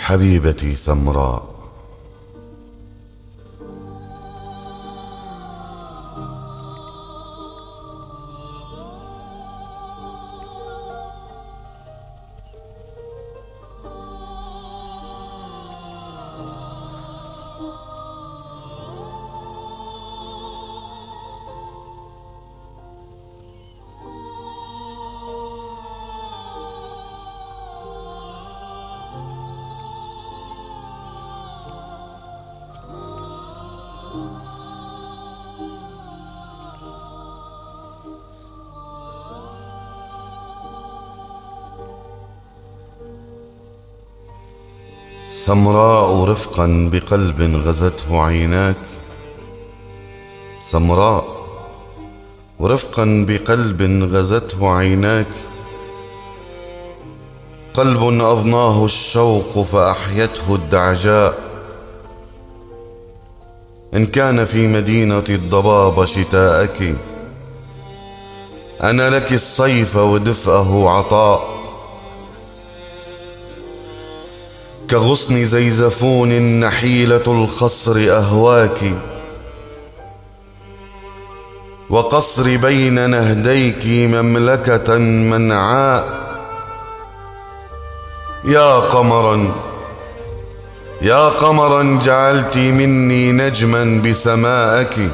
حبيبتي سمراء. سمراء رفقا بقلب غزته عيناك، سمراء ورفقا بقلب غزته عيناك، قلب أضناه الشوق فأحيته الدعجاء. إن كان في مدينة الضباب شتاءك، أنا لك الصيف ودفئه عطاء. كغصن زيزفون نحيلة الخصر أهواك، وقصر بين نهديك مملكة منعاء. يا قمرا جعلت مني نجما بسمائك،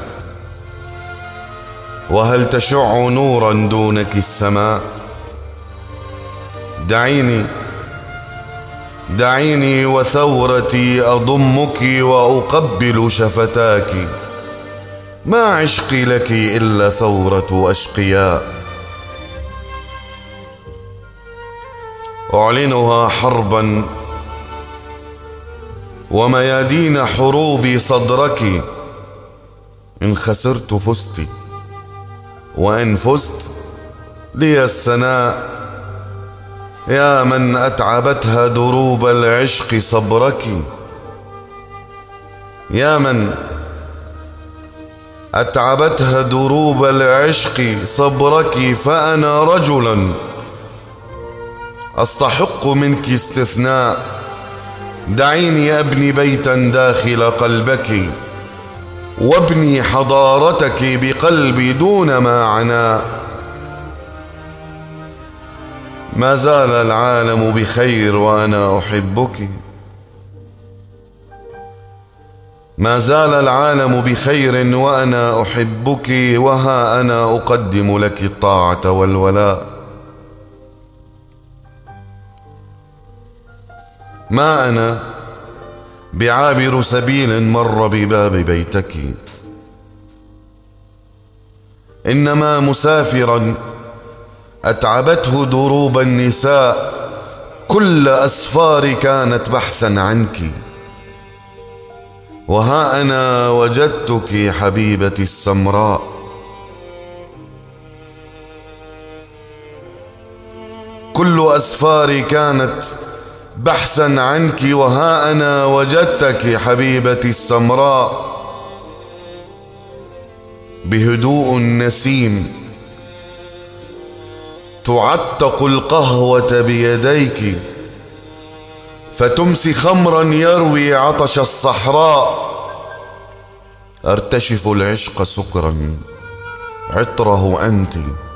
وهل تشع نورا دونك السماء؟ دعيني وثورتي أضمك وأقبل شفتاك، ما عشقي لك إلا ثورة أشقياء. أعلنها حربا وميادين حروبي صدرك، إن خسرت فزت وإن فزت لي السناء. يا من أتعبتها دروب العشق صبرك، يا من أتعبتها دروب العشق صبرك، فأنا رجلا أستحق منك استثناء. دعيني أبني بيتا داخل قلبك، وابني حضارتك بقلبي دون ما عناء. ما زال العالم بخير وأنا أحبك، ما زال العالم بخير وأنا أحبك، وها أنا أقدم لك الطاعة والولاء. ما أنا بعابر سبيل مر بباب بيتك، إنما مسافرا أتعبته دروب النساء، كل أسفار كانت بحثا عنك، وها أنا وجدتك حبيبتي السمراء. كل أسفار كانت بحثا عنك، وها أنا وجدتك حبيبتي السمراء. بهدوء النسيم تعتق القهوة بيديك، فتمسي خمرا يروي عطش الصحراء. أرتشف العشق سكرا عطره أنت،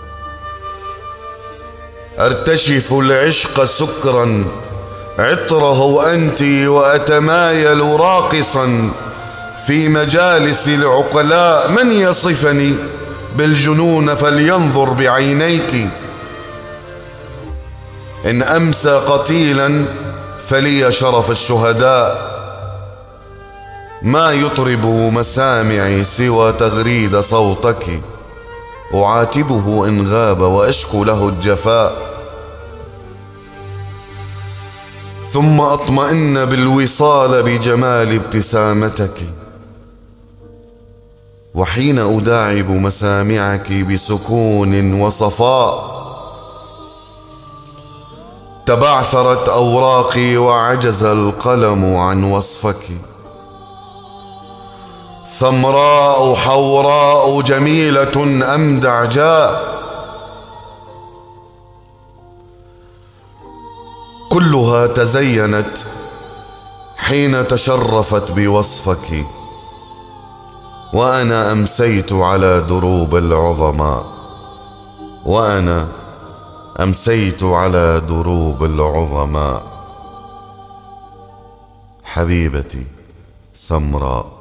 أرتشف العشق سكرا عطره أنت، وأتمايل راقصا في مجالس العقلاء. من يصفني بالجنون فلينظر بعينيك، إن أمسى قتيلا فلي شرف الشهداء. ما يطرب مسامعي سوى تغريد صوتك، أعاتبه إن غاب وأشكو له الجفاء. ثم أطمئن بالوصال بجمال ابتسامتك، وحين أداعب مسامعك بسكون وصفاء، تبعثرت أوراقي وعجز القلم عن وصفك. سمراء حوراء جميلة أم دعجاء، كلها تزينت حين تشرفت بوصفك، وأنا أمسيت على دروب العظماء، وأنا أمسيت على دروب العظماء. حبيبتي سمراء.